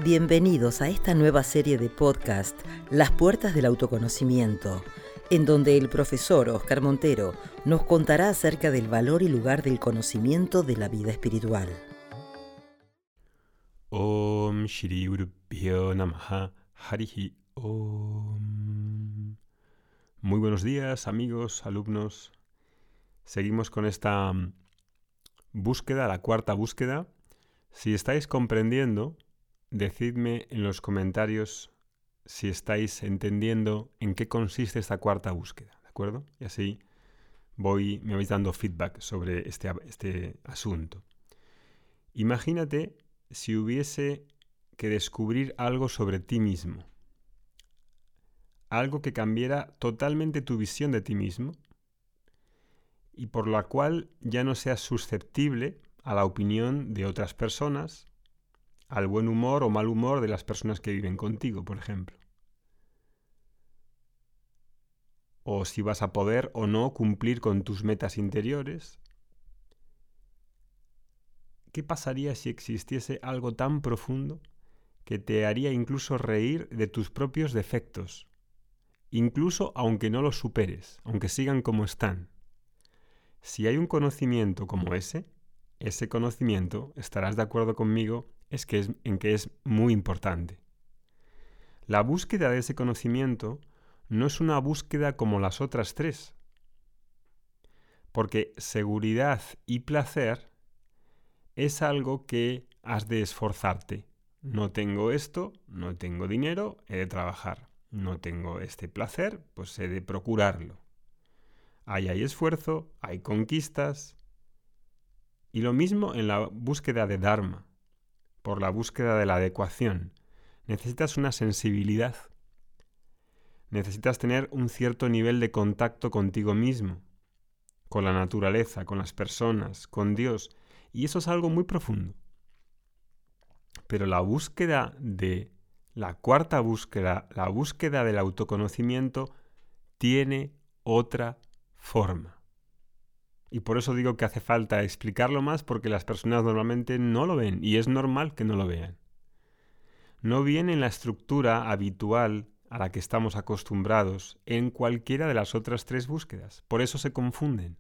Bienvenidos a esta nueva serie de podcast, Las Puertas del Autoconocimiento, en donde el profesor Oscar Montero nos contará acerca del valor y lugar del conocimiento de la vida espiritual. Om Shri Gurubhyo Namaha Harihi Om. Muy buenos días, amigos, alumnos. Seguimos con esta búsqueda, la cuarta búsqueda. Si estáis comprendiendo, decidme en los comentarios si estáis entendiendo en qué consiste esta cuarta búsqueda, ¿de acuerdo? Y así me vais dando feedback sobre este asunto. Imagínate si hubiese que descubrir algo sobre ti mismo, algo que cambiara totalmente tu visión de ti mismo y por la cual ya no seas susceptible a la opinión de otras personas, al buen humor o mal humor de las personas que viven contigo, por ejemplo. O si vas a poder o no cumplir con tus metas interiores. ¿Qué pasaría si existiese algo tan profundo que te haría incluso reír de tus propios defectos, incluso aunque no los superes, aunque sigan como están? Si hay un conocimiento como ese conocimiento, estarás de acuerdo conmigo, en que es muy importante. La búsqueda de ese conocimiento no es una búsqueda como las otras tres, porque seguridad y placer es algo que has de esforzarte. No tengo esto, no tengo dinero, he de trabajar. No tengo este placer, pues he de procurarlo. Ahí hay esfuerzo, hay conquistas. Y lo mismo en la búsqueda de Dharma, por la búsqueda de la adecuación. Necesitas una sensibilidad. Necesitas tener un cierto nivel de contacto contigo mismo, con la naturaleza, con las personas, con Dios. Y eso es algo muy profundo. Pero la cuarta búsqueda, la búsqueda del autoconocimiento, tiene otra forma. Y por eso digo que hace falta explicarlo más, porque las personas normalmente no lo ven, y es normal que no lo vean. No viene en la estructura habitual a la que estamos acostumbrados en cualquiera de las otras tres búsquedas. Por eso se confunden.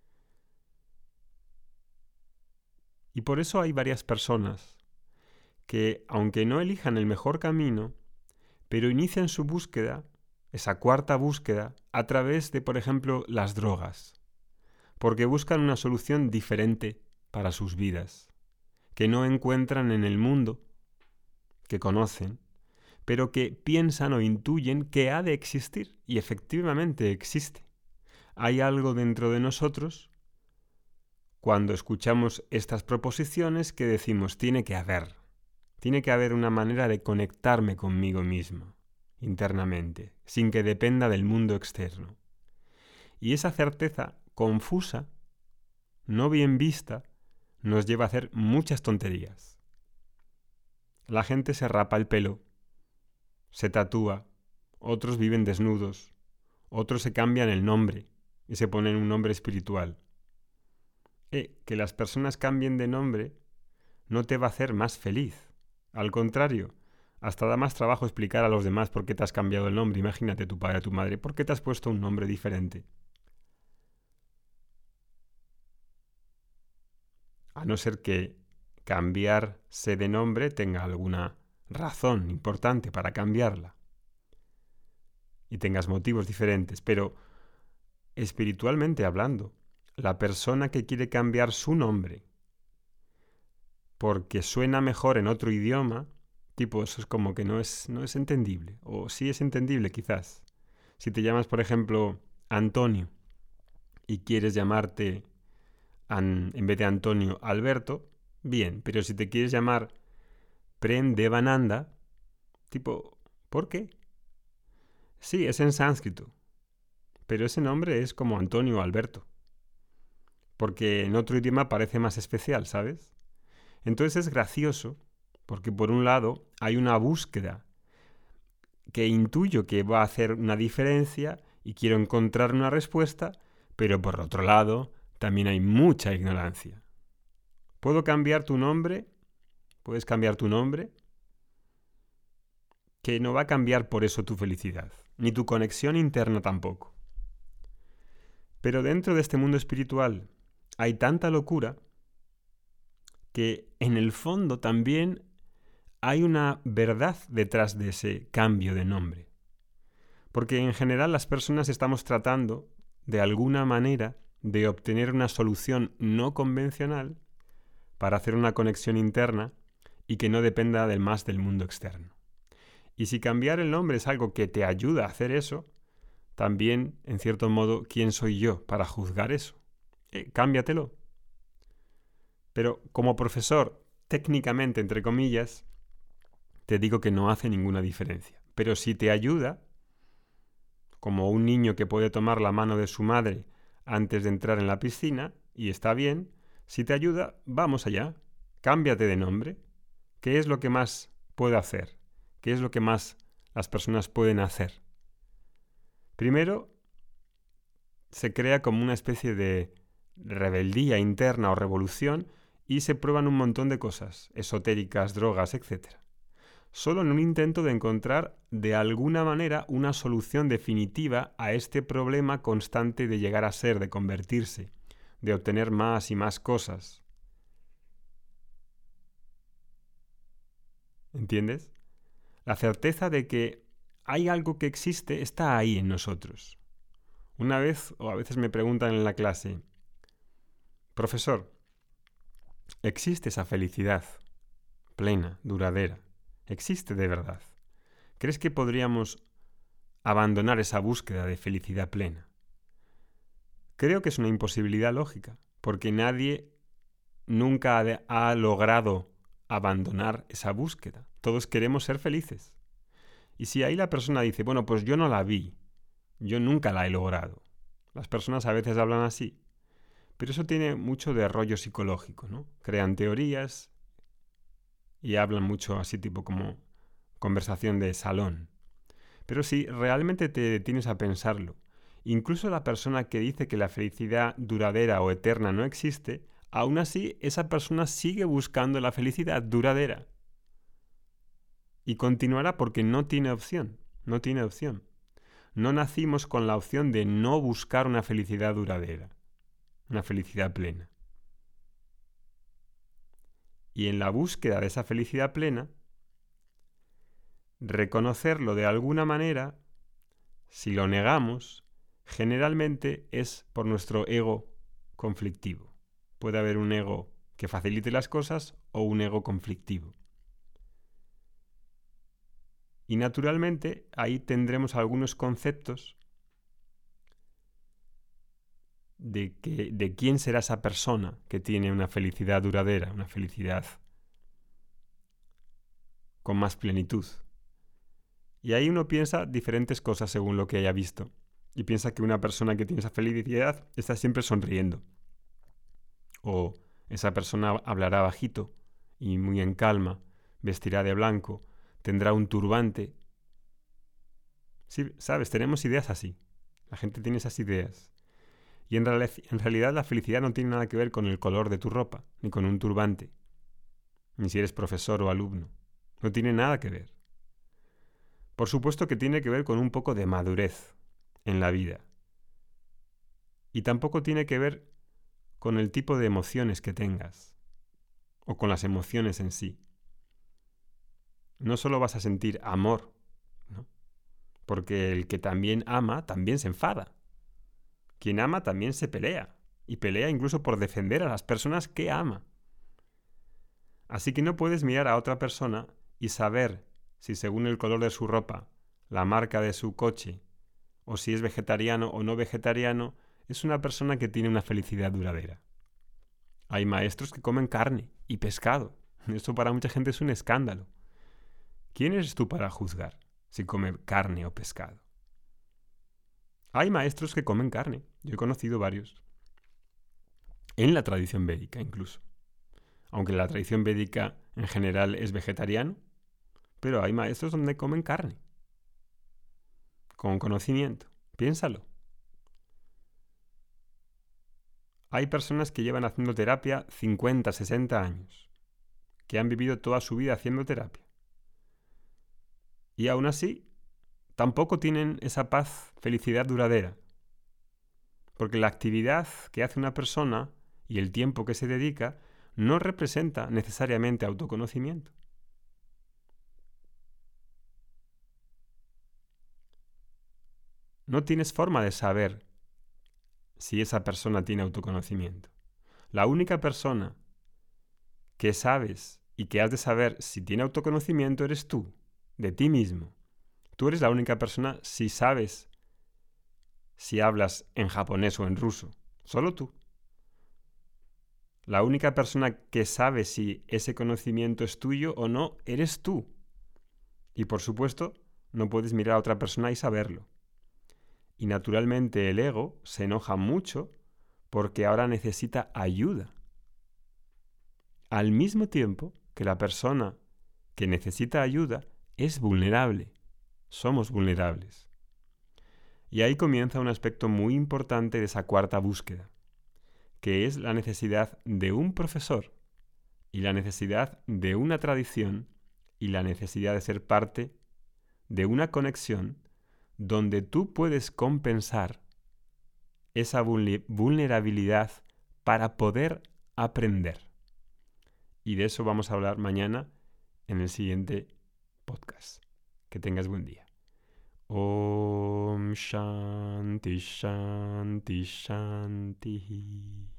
Y por eso hay varias personas que, aunque no elijan el mejor camino, pero inician su búsqueda, esa cuarta búsqueda, a través de, por ejemplo, las drogas, porque buscan una solución diferente para sus vidas, que no encuentran en el mundo, que conocen, pero que piensan o intuyen que ha de existir, y efectivamente existe. Hay algo dentro de nosotros, cuando escuchamos estas proposiciones, que decimos, tiene que haber una manera de conectarme conmigo mismo, internamente, sin que dependa del mundo externo. Y esa certeza confusa, no bien vista, nos lleva a hacer muchas tonterías. La gente se rapa el pelo, se tatúa, otros viven desnudos, otros se cambian el nombre y se ponen un nombre espiritual. Que las personas cambien de nombre no te va a hacer más feliz. Al contrario, hasta da más trabajo explicar a los demás por qué te has cambiado el nombre. Imagínate tu padre o tu madre, ¿por qué te has puesto un nombre diferente? A no ser que cambiarse de nombre tenga alguna razón importante para cambiarla y tengas motivos diferentes, pero espiritualmente hablando, la persona que quiere cambiar su nombre porque suena mejor en otro idioma, tipo, eso es como que no es entendible, o sí es entendible quizás. Si te llamas, por ejemplo, Antonio y quieres llamarte en vez de Antonio, Alberto, bien, pero si te quieres llamar Prem Devananda, tipo, ¿por qué? Sí, es en sánscrito, pero ese nombre es como Antonio o Alberto, porque en otro idioma parece más especial, ¿sabes? Entonces es gracioso, porque por un lado hay una búsqueda que intuyo que va a hacer una diferencia y quiero encontrar una respuesta, pero por otro lado también hay mucha ignorancia. ¿Puedo cambiar tu nombre? ¿Puedes cambiar tu nombre? que no va a cambiar por eso tu felicidad, ni tu conexión interna tampoco. Pero dentro de este mundo espiritual hay tanta locura que en el fondo también hay una verdad detrás de ese cambio de nombre. Porque en general las personas estamos tratando, de alguna manera, de obtener una solución no convencional para hacer una conexión interna y que no dependa más del mundo externo. Y si cambiar el nombre es algo que te ayuda a hacer eso, también, en cierto modo, ¿quién soy yo para juzgar eso? Cámbiatelo. Pero como profesor, técnicamente, entre comillas, te digo que no hace ninguna diferencia. Pero si te ayuda, como un niño que puede tomar la mano de su madre antes de entrar en la piscina, y está bien, si te ayuda, vamos allá, cámbiate de nombre. ¿Qué es lo que más puedo hacer? ¿Qué es lo que más las personas pueden hacer? Primero, se crea como una especie de rebeldía interna o revolución y se prueban un montón de cosas, esotéricas, drogas, etc. Solo en un intento de encontrar de alguna manera una solución definitiva a este problema constante de llegar a ser, de convertirse, de obtener más y más cosas. ¿Entiendes? La certeza de que hay algo que existe está ahí en nosotros. Una vez, o a veces me preguntan en la clase, profesor, ¿existe esa felicidad plena, duradera? ¿Existe de verdad? ¿Crees que podríamos abandonar esa búsqueda de felicidad plena? Creo que es una imposibilidad lógica, porque nadie nunca ha logrado abandonar esa búsqueda. Todos queremos ser felices. Y si ahí la persona dice, bueno, pues yo no la vi, yo nunca la he logrado. Las personas a veces hablan así. Pero eso tiene mucho de rollo psicológico, ¿no? Crean teorías y hablan mucho así tipo como conversación de salón. Pero si realmente te detienes a pensarlo, incluso la persona que dice que la felicidad duradera o eterna no existe, aún así esa persona sigue buscando la felicidad duradera. Y continuará porque no tiene opción, no tiene opción. No nacimos con la opción de no buscar una felicidad duradera, una felicidad plena. Y en la búsqueda de esa felicidad plena, reconocerlo de alguna manera, si lo negamos, generalmente es por nuestro ego conflictivo. Puede haber un ego que facilite las cosas o un ego conflictivo. Y naturalmente ahí tendremos algunos conceptos de quién será esa persona que tiene una felicidad duradera, una felicidad con más plenitud. Y ahí uno piensa diferentes cosas según lo que haya visto. Y piensa que una persona que tiene esa felicidad está siempre sonriendo. O esa persona hablará bajito y muy en calma, vestirá de blanco, tendrá un turbante. Sí, sabes, tenemos ideas así. La gente tiene esas ideas. Y en realidad la felicidad no tiene nada que ver con el color de tu ropa, ni con un turbante, ni si eres profesor o alumno. No tiene nada que ver. Por supuesto que tiene que ver con un poco de madurez en la vida. Y tampoco tiene que ver con el tipo de emociones que tengas, o con las emociones en sí. No solo vas a sentir amor, ¿no? Porque el que también ama, también se enfada. Quien ama también se pelea, y pelea incluso por defender a las personas que ama. Así que no puedes mirar a otra persona y saber si según el color de su ropa, la marca de su coche, o si es vegetariano o no vegetariano, es una persona que tiene una felicidad duradera. Hay maestros que comen carne y pescado. Esto para mucha gente es un escándalo. ¿Quién eres tú para juzgar si come carne o pescado? Hay maestros que comen carne. Yo he conocido varios. En la tradición védica incluso. Aunque la tradición védica en general es vegetariano, pero hay maestros donde comen carne. Con conocimiento. Piénsalo. Hay personas que llevan haciendo terapia 50, 60 años, que han vivido toda su vida haciendo terapia. Y aún así, tampoco tienen esa paz, felicidad duradera. Porque la actividad que hace una persona y el tiempo que se dedica no representa necesariamente autoconocimiento. No tienes forma de saber si esa persona tiene autoconocimiento. La única persona que sabes y que has de saber si tiene autoconocimiento eres tú, de ti mismo. Tú eres la única persona si sabes si hablas en japonés o en ruso. Solo tú. La única persona que sabe si ese conocimiento es tuyo o no eres tú. Y por supuesto, no puedes mirar a otra persona y saberlo. Y naturalmente el ego se enoja mucho porque ahora necesita ayuda. Al mismo tiempo que la persona que necesita ayuda es vulnerable. Somos vulnerables. Y ahí comienza un aspecto muy importante de esa cuarta búsqueda, que es la necesidad de un profesor y la necesidad de una tradición y la necesidad de ser parte de una conexión donde tú puedes compensar esa vulnerabilidad para poder aprender. Y de eso vamos a hablar mañana en el siguiente podcast. Que tengas buen día. Om Shanti Shanti Shanti.